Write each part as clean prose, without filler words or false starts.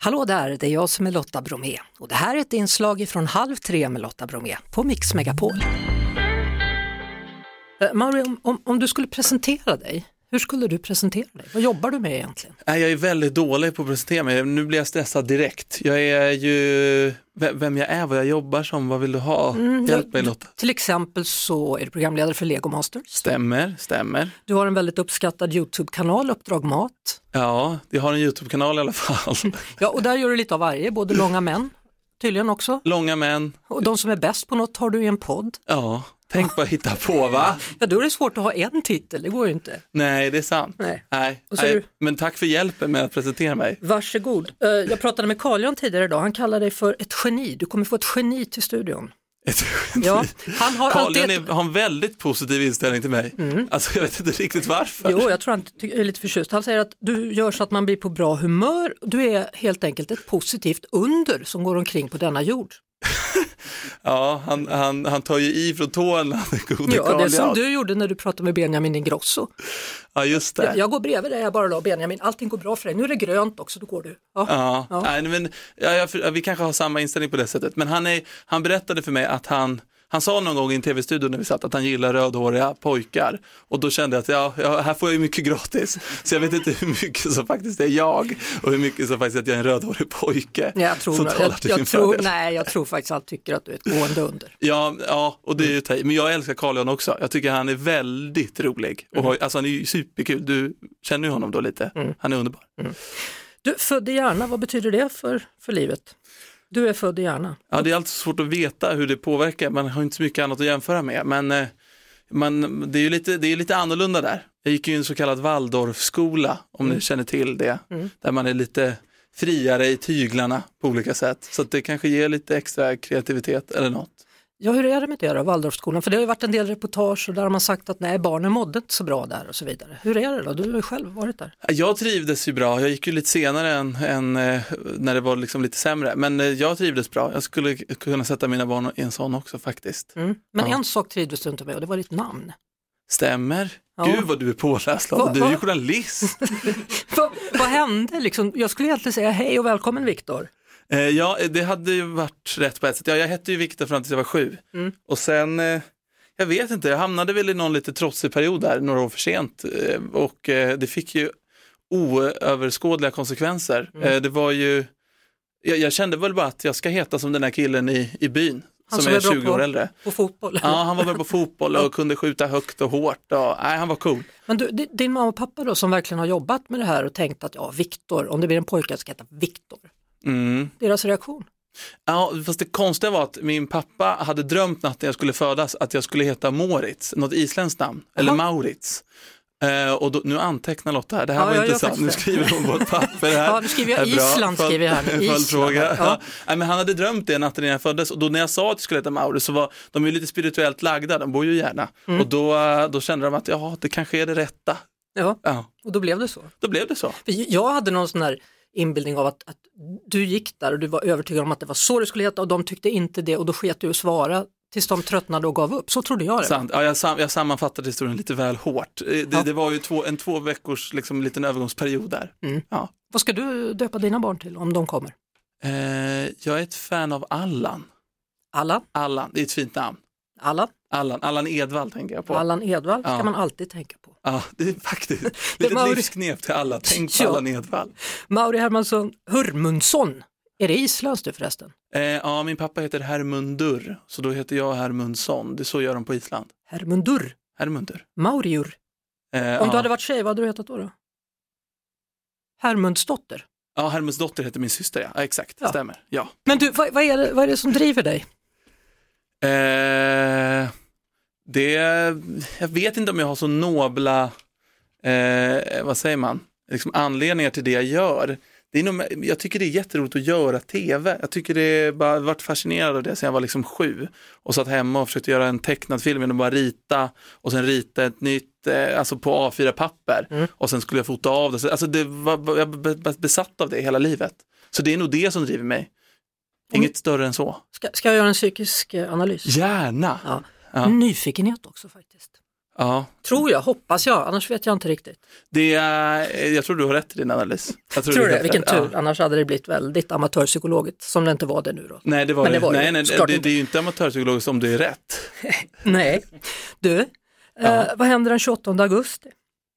Hallå där, det är jag som är Lotta Bromé och det här är ett inslag från 2:30 med Lotta Bromé på Mix Megapol. Mauri, om du skulle presentera dig, hur skulle du presentera dig? Vad jobbar du med egentligen? Jag är väldigt dålig på att presentera mig. Nu blir jag stressad direkt. Jag är ju vem jag är, vad jag jobbar som. Vad vill du ha? Hjälp mig Lotta. Till exempel så är du programledare för Lego Masters. Stämmer. Du har en väldigt uppskattad YouTube-kanal, Uppdrag Mat. Ja, jag har en YouTube-kanal i alla fall. Ja, och där gör du lite av varje, både långa män, tydligen också. Långa män. Och de som är bäst på något har du i en podd. Ja, tänk bara hitta på va? Ja, då är det svårt att ha en titel, det går ju inte. Nej, det är sant. Nej. Men tack för hjälpen med att presentera mig. Varsågod. Jag pratade med Carl-Jan tidigare idag, han kallar dig för ett geni. Du kommer få ett geni till studion. Ett geni? Ja, han har Carl-Jan har en väldigt positiv inställning till mig. Alltså jag vet inte riktigt varför. Jo, jag tror han är lite förtjust. Han säger att du gör så att man blir på bra humör. Du är helt enkelt ett positivt under som går omkring på denna jord. Ja, han tar ju i från tårna. Ja, det är som du gjorde när du pratade med Benjamin Ingrosso. Ja, just det. Jag går bredvid dig bara då, Benjamin. Allting går bra för dig. Nu är det grönt också, då går du. Ja. Nej, men, vi kanske har samma inställning på det sättet. Men han berättade för mig att han sa någon gång i en tv-studio när vi satt att han gillar rödhåriga pojkar. Och då kände jag att här får jag ju mycket gratis. Så jag vet inte hur mycket som faktiskt är jag och hur mycket som faktiskt att jag är en rödhårig pojke. Jag tror faktiskt att han tycker att du är ett gående under. Ja, och det är ju men jag älskar Carl-Jan också. Jag tycker han är väldigt rolig. Och, alltså han är ju superkul. Du känner ju honom då lite. Han är underbar. Du, född i Järna, vad betyder det för livet? Du är född i Järna. Ja, det är alltid svårt att veta hur det påverkar. Man har inte så mycket annat att jämföra med. Men det är ju lite annorlunda där. Jag gick ju i en så kallad Waldorfskola, om ni känner till det. Där man är lite friare i tyglarna på olika sätt. Så att det kanske ger lite extra kreativitet eller något. Ja, hur är det med det då, Waldorfskolan? För det har ju varit en del reportage och där har man sagt att nej, barnen mådde inte så bra där och så vidare. Hur är det då? Du har ju själv varit där. Jag trivdes ju bra. Jag gick ju lite senare än när det var liksom lite sämre. Men jag trivdes bra. Jag skulle kunna sätta mina barn i en sån också faktiskt. Men en sak trivdes du inte med och det var ditt namn. Stämmer. Ja. Gud vad du är påläst. Du är ju journalist. Vad hände liksom? Jag skulle egentligen säga hej och välkommen Viktor. Ja, det hade ju varit rätt på ett sätt. Jag hette ju Viktor fram tills jag var 7. Och sen, jag vet inte, jag hamnade väl i någon lite trotsig period där, några år för sent. Och det fick ju oöverskådliga konsekvenser. Det var ju, jag kände väl bara att jag ska heta som den här killen i byn. Som är 20 år äldre. På fotboll? Ja, han var väl på fotboll och kunde skjuta högt och hårt. Han var cool. Men du, din mamma och pappa då som verkligen har jobbat med det här och tänkt att Viktor, om det blir en pojke ska heta Viktor. Deras reaktion? Ja, fast det konstiga var att min pappa hade drömt natten jag skulle födas att jag skulle heta Moritz, något isländskt namn, eller Maurits. Och då, nu antecknar Lotta här, det här var inte sant, nu skriver hon på ett papper här. Ja, nu skriver jag Island, skriver jag här. Följdfråga. Ja. Men han hade drömt det natten när jag föddes och då när jag sa att jag skulle heta Maurits så var de ju lite spirituellt lagda, de bor ju gärna. Och då kände de att det kanske är det rätta. Ja. Och då blev det så? Då blev det så. Jag hade någon sån här inbildning av att du gick där och du var övertygad om att det var så det skulle heta och de tyckte inte det och då sket du att svara tills de tröttnade och gav upp. Så trodde jag det. Sant. Ja, jag sammanfattade historien lite väl hårt. Det var ju en 2 veckors liksom, liten övergångsperiod där. Ja. Vad ska du döpa dina barn till om de kommer? Jag är ett fan av Allan. Allan, det är ett fint namn. Allan Edwall tänker jag på. Allan Edwall ska man alltid tänka på. Ja, det är faktiskt lite livsknep till alla. Tänk på Allan Edwall. Mauri Hermansson Hörmundsson. Är det islands du förresten? Ja, min pappa heter Hermundur. Så då heter jag Hermundsson. Det är så gör de på Island. Hermundur. Mauriur. Om du hade varit tjej, vad hade du hetat då? Hermundsdotter. Ja, Hermundsdotter heter min syster, ja. Exakt, stämmer. Ja. Men du, vad är det som driver dig? Jag vet inte om jag har så nobla vad säger man, liksom anledningar till det jag gör. Jag tycker det är jätteroligt att göra tv. Jag tycker det bara varit fascinerad av det sen jag var liksom 7 och satt hemma och försökte göra en tecknad film och bara rita och sen rita ett nytt alltså på A4-papper och sen skulle jag fota av det. Alltså jag var besatt av det hela livet. Så det är nog det som driver mig. Inget större än så. Ska jag göra en psykisk analys? Gärna. Ja. Nyfikenhet också faktiskt. Ja. Tror jag, hoppas jag, annars vet jag inte riktigt. Jag tror du har rätt i din analys. Jag tror det, vilken tur, annars hade det blivit väldigt amatörpsykologiskt, som det inte var det nu då. Nej, det var det är ju inte amatörpsykologiskt om det är rätt. Nej. Du, vad händer den 28 augusti?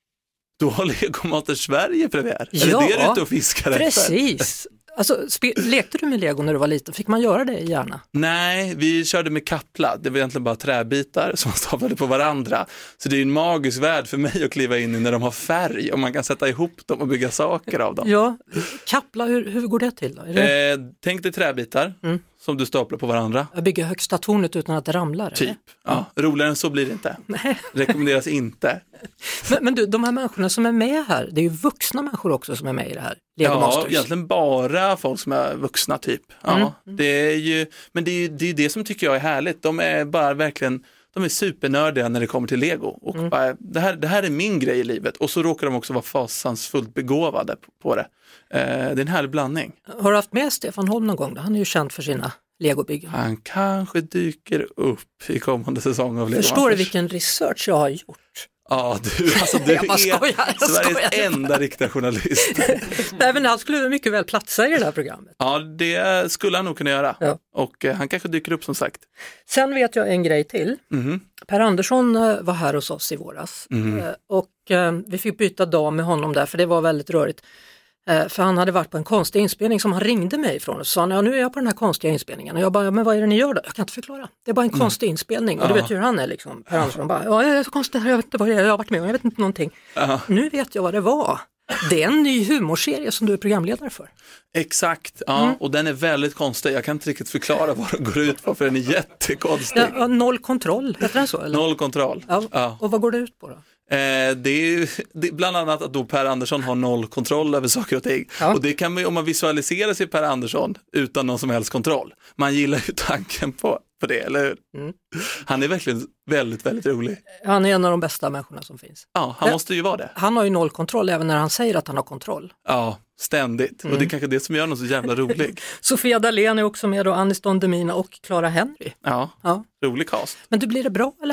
Då har Legomater Sverige premiär. Ja, är det du är ute och fiskar precis. Alltså, lekte du med Lego när du var liten? Fick man göra det gärna? Nej, vi körde med kappla. Det var egentligen bara träbitar som man staplade på varandra. Så det är en magisk värld för mig att kliva in i när de har färg och man kan sätta ihop dem och bygga saker av dem. Ja, kappla, hur går det till då? Tänk dig träbitar som du staplar på varandra. Jag bygger högsta tornet utan att det ramlar? Typ, ja. Roligare än så blir det inte. Nej. Rekommenderas inte. Men du, de här människorna som är med här, det är ju vuxna människor också som är med i det här. Lego Masters. Ja, egentligen bara folk som är vuxna typ. Ja, det är ju, men det är det som tycker jag är härligt. De är bara verkligen, de är supernördiga när det kommer till Lego. Och bara, det här är min grej i livet. Och så råkar de också vara fasansfullt begåvade på det. Det är en härlig blandning. Har du haft med Stefan Holm någon gång då? Han är ju känd för sina Lego-byggen. Han kanske dyker upp i kommande säsng av Lego. Förstår du vilken research jag har gjort? Ja, du är Sveriges enda riktiga journalist. Nej, men han skulle mycket väl platsa i det här programmet. Ja, det skulle han nog kunna göra. Ja. Och han kanske dyker upp som sagt. Sen vet jag en grej till. Per Andersson var här hos oss i våras. Och vi fick byta dag med honom där, för det var väldigt rörigt. För han hade varit på en konstig inspelning som han ringde mig ifrån och sa, ja, nu är jag på den här konstiga inspelningen. Och jag bara, men vad är det ni gör då? Jag kan inte förklara. Det är bara en konstig inspelning. Och du vet ju hur han är liksom. Per Andersson bara, ja, jag är så konstig, jag vet inte vad det är, jag har varit med och jag vet inte någonting. Nu vet jag vad det var. Det är en ny humorserie som du är programledare för. Exakt, ja, och den är väldigt konstig. Jag kan inte riktigt förklara vad den går ut på, för den är jättekonstig. Ja, noll kontroll, heter den så? Eller? Noll kontroll. Ja. Och vad går det ut på då? Det är bland annat att då Per Andersson har noll kontroll över saker och ting. Ja. Och det kan man, om man visualiserar sig Per Andersson utan någon som helst kontroll. Man gillar ju tanken på det, eller hur? Han är verkligen väldigt, väldigt rolig. Han är en av de bästa människorna som finns. Ja, han måste ju vara det. Han har ju noll kontroll även när han säger att han har kontroll. Ja, ständigt. Och det är kanske det som gör någon så jävla rolig. Sofia Dalén är också med, och Anis Don Demina och Clara Henry. Ja, rolig cast. Men du, blir det bra eller?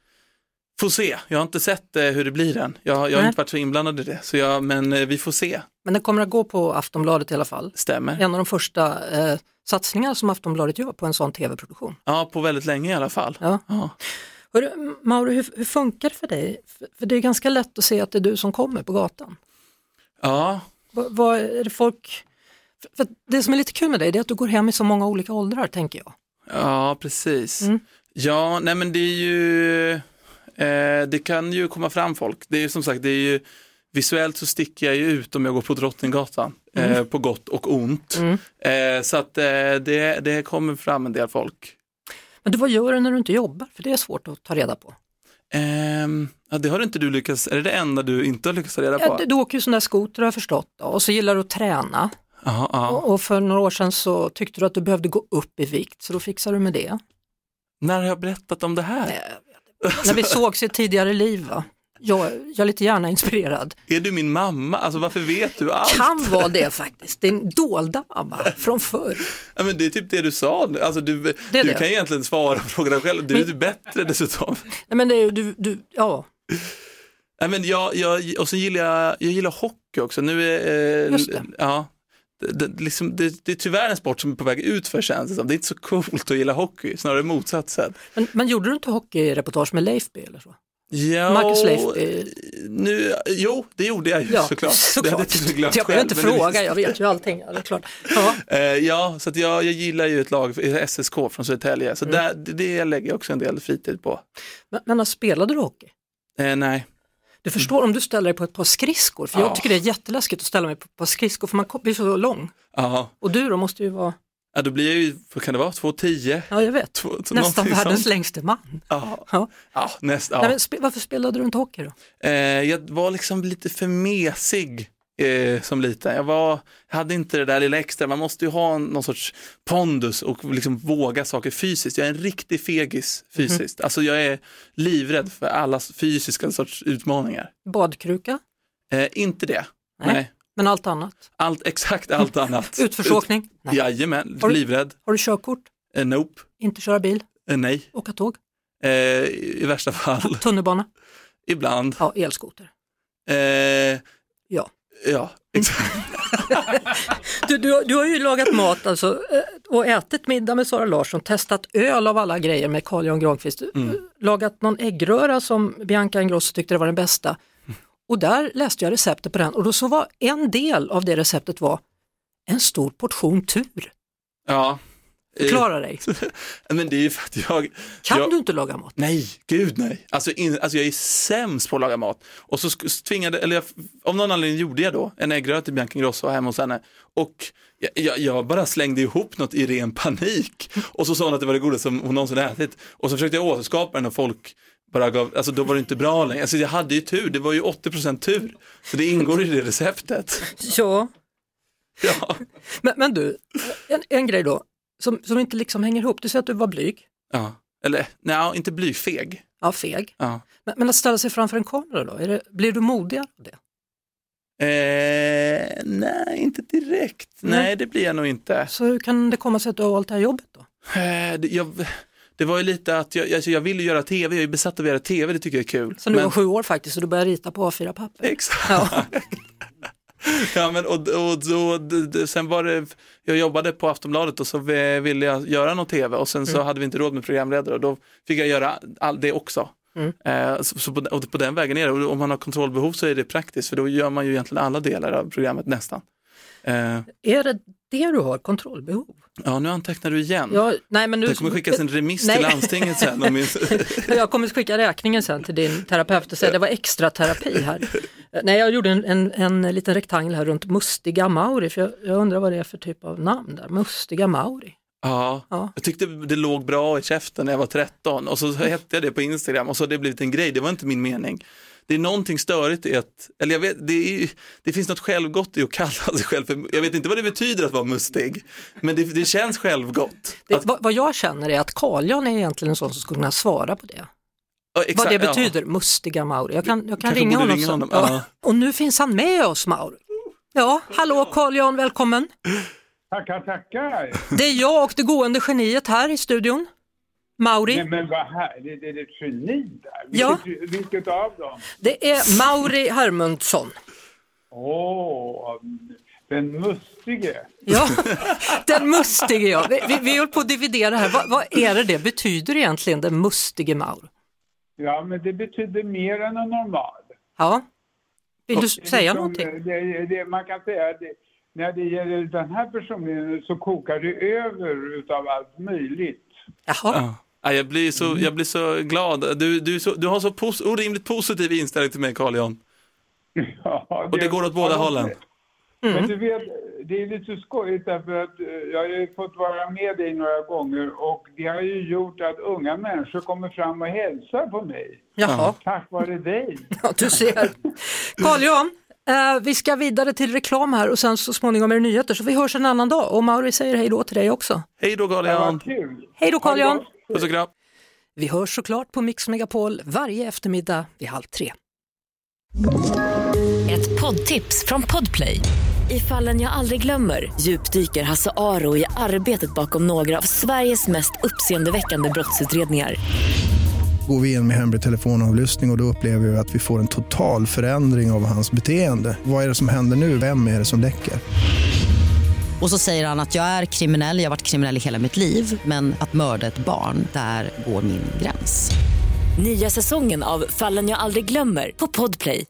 Får se, jag har inte sett hur det blir än. Jag har inte varit så inblandad i det, men vi får se. Men det kommer att gå på Aftonbladet i alla fall. Stämmer. En av de första satsningar som Aftonbladet gör på en sån tv-produktion. Ja, på väldigt länge i alla fall. Ja. Hörru, Mauro, hur funkar det för dig? För det är ganska lätt att se att det är du som kommer på gatan. Ja. Vad är det folk... För det som är lite kul med dig är att du går hem i så många olika åldrar, tänker jag. Ja, precis. Ja, nej men det är ju... det kan ju komma fram folk. Det är ju som sagt, det är ju visuellt så sticker jag ju ut om jag går på Drottninggatan på gott och ont. Så att det kommer fram en del folk. Men vad gör du när du inte jobbar? För det är svårt att ta reda på. Ja, det har inte du lyckats. Är det enda du inte har lyckats ta reda på? Du åker ju sån där skoter, har jag förstått. Då, och så gillar du att träna. Och för några år sedan så tyckte du att du behövde gå upp i vikt. Så då fixar du med det. När har jag berättat om det här? När vi sågs i ett tidigare liv, va? Jag är lite gärna inspirerad. Är du min mamma? Alltså varför vet du allt? Kan vara det faktiskt. Det är en dolda mamma från förr. Ja, men det är typ det du sa. Alltså du kan egentligen svara på frågan själv. Du är ju bättre dessutom. Nej, men det är ja. Nej, men och så gillar jag hockey också. Nu är just det. Ja. Det är tyvärr en sport som är på väg ut för känns det är inte så coolt att gilla hockey, snarare motsatsen. Men gjorde du inte hockeyreportage med Leifby eller så? Ja, Marcus Leifby. Jo, det gjorde jag ju såklart. Det hade jag glömt jag behöver inte fråga, jag vet ju allting. Det är klart. Ja, så att jag gillar ju ett lag, SSK från Södertälje, så det lägger jag också en del fritid på. Men spelade du hockey? Nej. Du förstår om du ställer dig på ett par skridskor, för jag tycker det är jätteläskigt att ställa mig på ett par skridskor, för man blir så lång. Och du då måste ju vara... Ja, då blir jag ju, vad kan det vara, 2,10? Ja, jag vet. Nästan världens längste man. Ja, nästan. Nej, men varför spelade du inte hockey då? Jag var liksom lite för mesig som liten. Jag hade inte det där lilla extra. Man måste ju ha någon sorts pondus och liksom våga saker fysiskt. Jag är en riktig fegis fysiskt. Alltså jag är livrädd för alla fysiska sorts utmaningar. Badkruka? Inte det. Nej. Men allt annat? Exakt allt annat. Utförsåkning? Jajamän, livrädd. Har du körkort? Nope. Inte köra bil? Nej. Åka tåg? I värsta fall. Tunnelbana? Ibland. Ja, elskoter. Ja. Ja, exakt. Du har ju lagat mat alltså, och ätit middag med Sara Larsson, testat öl av alla grejer med Carl Jan Granqvist, lagat någon äggröra som Bianca Ingrosso tyckte det var den bästa. Och där läste jag receptet på den och då så var en del av det receptet var en stor portion tur. Ja. Förklara dig. Men det är ju för att Kan du inte laga mat? Nej, gud nej. Alltså jag är sämst på att laga mat. Och så om någon anledning gjorde jag då en äggröra till Bianca Ingrosso hemma hos henne. Och jag bara slängde ihop något i ren panik. Och så sa hon att det var det godaste som hon någonsin ätit. Och så försökte jag återskapa den och folk bara gav, alltså då var det inte bra längre. Alltså jag hade ju tur, det var ju 80% tur. Så det ingår i det receptet. Ja. Ja. Men du, en grej då. Som inte liksom hänger ihop. Du säger att du var blyg. Ja, eller nej, inte blyg, feg. Ja, feg. Ja. Men att ställa sig framför en kamera då? Blir du modigare av det? Nej, inte direkt. Nej, det blir jag nog inte. Så hur kan det komma sig att du har valt det här jobbet då? Det var ju lite att jag ville göra tv, jag är besatt av att göra tv, det tycker jag är kul. Så du var 7 år faktiskt och du började rita på A4-papper? Exakt. Ja. Ja, men och sen var det, jag jobbade på Aftonbladet och så ville jag göra någon tv och sen så hade vi inte råd med programledare och då fick jag göra det också. Så på den vägen är det, och om man har kontrollbehov så är det praktiskt för då gör man ju egentligen alla delar av programmet nästan. Är det du har, kontrollbehov? Ja, nu antecknar du igen. Ja, nej, men det kommer skickas en remiss till landstinget sen. Jag kommer skicka räkningen sen till din terapeut och säga det var extra terapi här. Nej, jag gjorde en liten rektangel här runt Mustiga Mauri, för jag undrar vad det är för typ av namn där. Mustiga Mauri. Ja, jag tyckte det låg bra i käften när jag var 13 och så hette jag det på Instagram och så har det blivit en grej, det var inte min mening. Det är någonting störigt i att, eller jag vet, det finns något självgott i att kalla sig själv för, jag vet inte vad det betyder att vara mustig, men det känns självgott. Vad jag känner är att Carl Jan är egentligen en sån som skulle kunna svara på det. Ja, exakt, vad det betyder, Mustiga Mauri. Jag kan ringa honom. Ja. Och nu finns han med oss, Mauri. Ja, hallå Carl Jan, välkommen. Tackar. Det är jag och det gående geniet här i studion. Mauri. Nej, men vad här, det är ett geni där. Ja. Vilket av dem? Det är Mauri Hermundsson. Den mustige. Ja, den mustige, ja. Vi håller på att dividera här. Vad är det betyder egentligen, den mustige Mauri? Ja, men det betyder mer än en normal. Ja. Vill du säga liksom, någonting? Man kan säga att när det gäller den här personen så kokar det över utav allt möjligt. Jaha. Ja, jag blir så glad. Du har så orimligt positiv inställning till mig, Carl Jan. Ja, och det går åt båda hållen. Men du vet, det är lite skojigt därför att jag har ju fått vara med dig några gånger och det har ju gjort att unga människor kommer fram och hälsar på mig. Jaha. Tack vare dig. Ja, du ser. Carl Jan, vi ska vidare till reklam här och sen så småningom är det nyheter, så vi hörs en annan dag. Och Mauri säger hej då till dig också. Hej då, Carl Jan. Hej då, Carl Jan. Puss och kram. Vi hörs såklart på Mix Megapol varje eftermiddag vid 2:30. Ett poddtips från Podplay. I Fallen jag aldrig glömmer djupdyker Hasse Aro i arbetet bakom några av Sveriges mest uppseendeväckande brottsutredningar. Går vi in med hemlig telefonavlyssning och då upplever vi att vi får en total förändring av hans beteende. Vad är det som händer nu? Vem är det som läcker? Och så säger han att jag är kriminell, jag har varit kriminell i hela mitt liv. Men att mörda ett barn, där går min gräns. Nya säsongen av Fallen jag aldrig glömmer på Podplay.